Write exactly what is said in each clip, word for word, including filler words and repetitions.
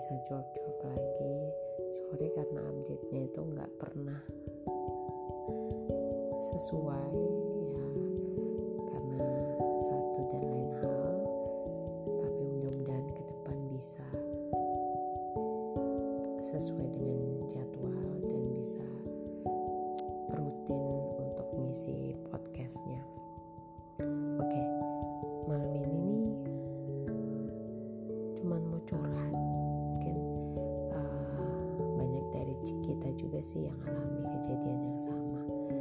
bisa jawab-jawab lagi. Sorry karena update-nya itu nggak pernah sesuai ya, karena satu dan lain hal. Tapi mudah-mudahan ke depan bisa sesuai dengan jadwal dan bisa rutin untuk mengisi podcastnya. Oke, malam ini nih cuman mau curhat. Mungkin uh, banyak dari kita juga sih yang alami kejadian yang sama.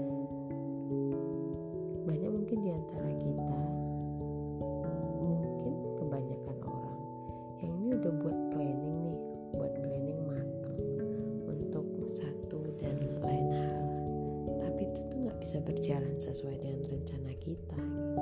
Banyak mungkin di antara kita, mungkin kebanyakan orang yang ini udah buat planning nih, buat planning matang untuk satu dan lain hal, tapi itu tuh nggak bisa berjalan sesuai dengan rencana kita.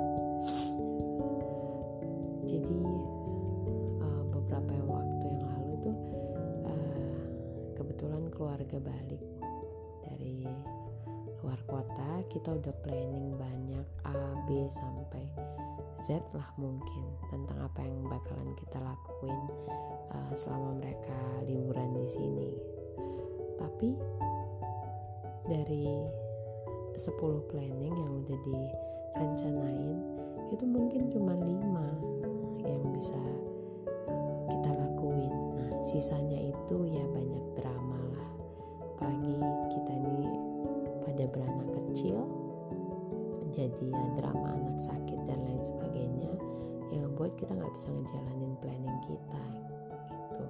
Jadi uh, beberapa waktu yang lalu tuh uh, kebetulan keluarga balik dari luar kota. Kita udah planning banyak A, B sampai Z lah mungkin tentang apa yang bakalan kita lakuin uh, selama mereka liburan di sini. Tapi dari sepuluh planning yang udah direncanain, itu mungkin cuma lima yang bisa kita lakuin. Nah, sisanya itu ya banyak drama lah. Apalagi kita ini pada beranak kecil, jadi ya drama anak sakit dan lain sebagainya yang membuat kita nggak bisa ngejalanin planning kita gitu.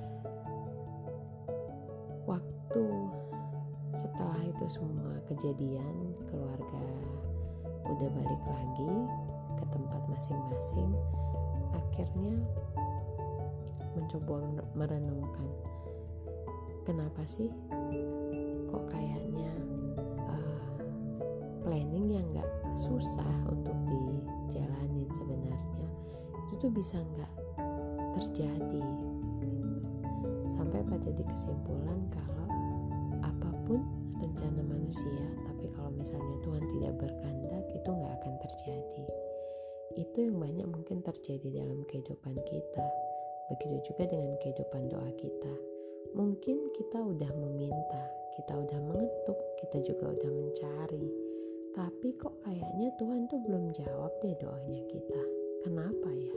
Waktu setelah itu semua kejadian, keluarga udah balik lagi ke tempat masing-masing. Akhirnya mencoba merenungkan, kenapa sih kok kayaknya uh, planning yang gak susah untuk dijalanin sebenarnya itu tuh bisa gak terjadi gitu. Sampai pada di kesimpulan kalau apapun rencana manusia, tapi kalau misalnya Tuhan tidak berkehendak, itu gak akan terjadi. Itu yang banyak mungkin terjadi dalam kehidupan kita. Begitu juga dengan kehidupan doa kita. Mungkin kita udah meminta, kita udah mengetuk, kita juga udah mencari, tapi kok kayaknya Tuhan tuh belum jawab deh doanya kita. Kenapa ya?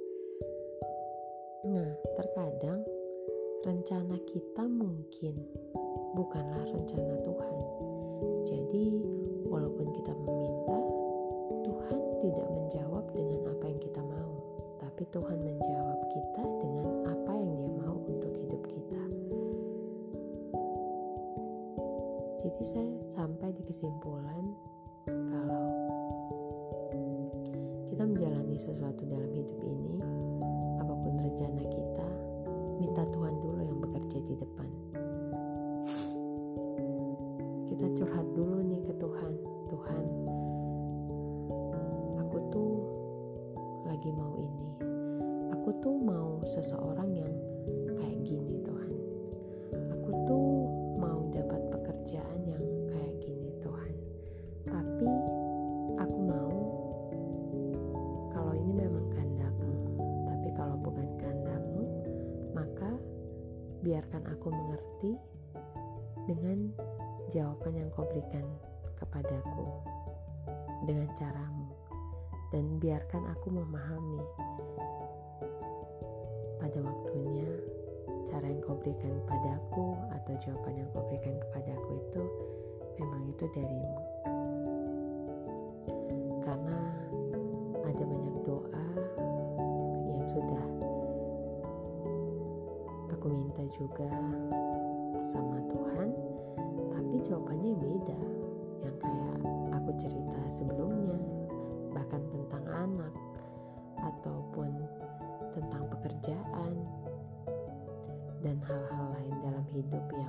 Nah, terkadang rencana kita mungkin bukanlah rencana Tuhan. Jadi walaupun kita meminta, Tuhan tidak menjawab dengan apa yang kita mau, tapi Tuhan menjawab kita dengan apa yang Dia mau untuk hidup kita. Jadi saya sampai di kesimpulan kalau kita menjalani sesuatu dalam hidup ini, apapun rencana kita, minta Tuhan dulu yang bekerja di depan. Kita curhat dulu nih ke Tuhan. Tuhan, aku tuh lagi mau ini. Aku tuh mau seseorang yang kayak gini Tuhan. Aku tuh mau dapat pekerjaan yang kayak gini Tuhan. Tapi aku mau kalau ini memang kehendak-Mu. Tapi kalau bukan kehendak-Mu, maka biarkan aku mengerti dengan jawaban yang Kau berikan kepadaku dengan cara-Mu, dan biarkan aku memahami pada waktunya cara yang Kau berikan padaku atau jawaban yang Kau berikan kepadaku itu memang itu dari-Mu. Karena ada banyak doa yang sudah aku minta juga sama Tuhan, tapi jawabannya beda. Yang kayak aku cerita sebelumnya, bahkan tentang anak ataupun tentang pekerjaan dan hal-hal lain dalam hidup yang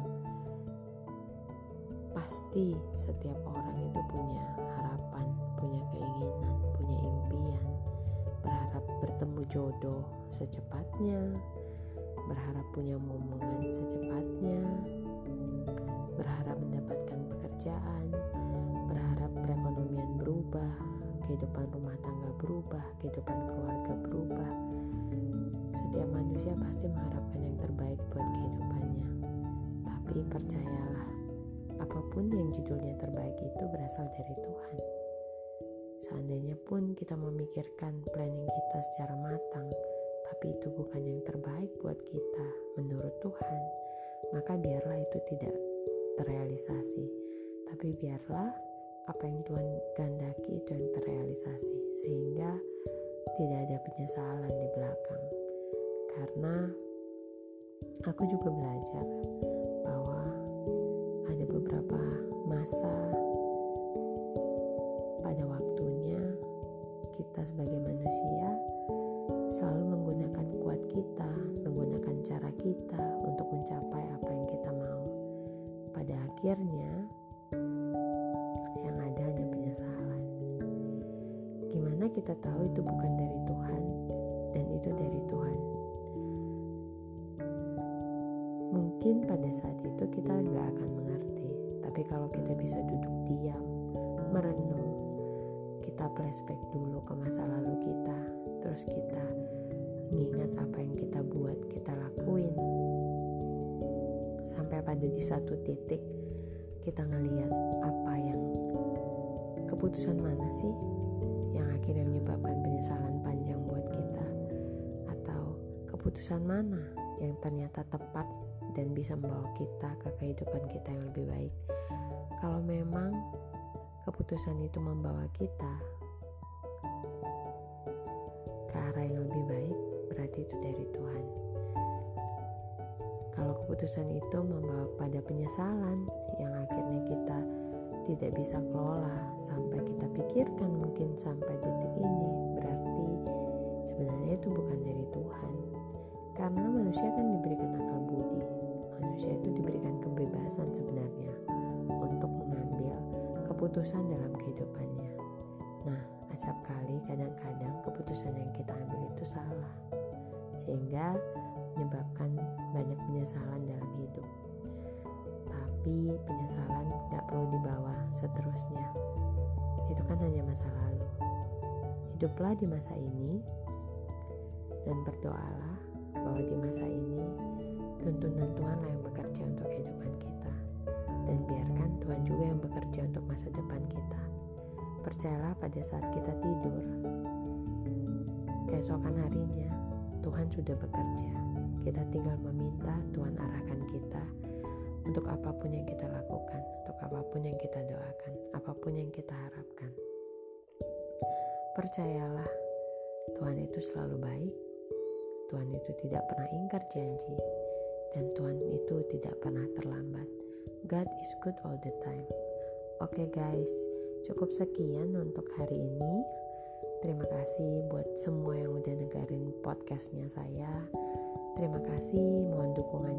pasti setiap orang itu punya harapan, punya keinginan, punya impian, berharap bertemu jodoh secepatnya, berharap punya momongan secepatnya, berharap mendapatkan pekerjaan, berharap perekonomian berubah, kehidupan rumah tangga berubah, kehidupan keluarga berubah. Setiap manusia pasti mengharapkan yang terbaik apapun yang judulnya terbaik itu berasal dari Tuhan. Seandainya pun kita memikirkan planning kita secara matang, tapi itu bukan yang terbaik buat kita menurut Tuhan, maka biarlah itu tidak terrealisasi. Tapi biarlah apa yang Tuhan kehendaki itu yang terrealisasi, sehingga tidak ada penyesalan di belakang. Karena aku juga belajar bahwa ada beberapa masa pada waktunya kita sebagai manusia selalu menggunakan kuat kita, menggunakan cara kita untuk mencapai apa yang kita mau. Pada akhirnya yang ada hanya penyesalan. Gimana kita tahu itu bukan dari Tuhan dan itu dari Tuhan? Mungkin pada saat itu kita gak akan mengerti, tapi kalau kita bisa duduk diam, merenung, kita flashback dulu ke masa lalu kita, terus kita ingat apa yang kita buat, kita lakuin, sampai pada di satu titik kita ngelihat apa yang, keputusan mana sih yang akhirnya menyebabkan penyesalan panjang buat kita, atau keputusan mana yang ternyata tepat dan bisa membawa kita ke kehidupan kita yang lebih baik. Kalau memang keputusan itu membawa kita ke arah yang lebih baik, berarti itu dari Tuhan. Kalau keputusan itu membawa pada penyesalan yang akhirnya kita tidak bisa kelola sampai kita pikirkan mungkin sampai detik ini, berarti sebenarnya itu bukan dari Tuhan. Karena manusia kan diberikan akal budi, manusia itu diberikan kebebasan sebenarnya untuk mengambil keputusan dalam kehidupannya. Nah, acap kali kadang-kadang keputusan yang kita ambil itu salah, sehingga menyebabkan banyak penyesalan dalam hidup. Tapi penyesalan gak perlu dibawa seterusnya, itu kan hanya masa lalu. Hiduplah di masa ini dan berdoalah bahwa di masa ini tuntunan Tuhanlah yang bekerja untuk kehidupan kita, dan biarkan Tuhan juga yang bekerja untuk masa depan kita. Percayalah pada saat kita tidur, keesokan harinya Tuhan sudah bekerja. Kita tinggal meminta Tuhan arahkan kita untuk apapun yang kita lakukan, untuk apapun yang kita doakan, apapun yang kita harapkan. Percayalah, Tuhan itu selalu baik, Tuhan itu tidak pernah ingkar janji, dan Tuhan itu tidak pernah terlambat. God is good all the time. Oke okay guys, cukup sekian untuk hari ini. Terima kasih buat semua yang udah dengerin podcastnya saya. Terima kasih, mohon dukungan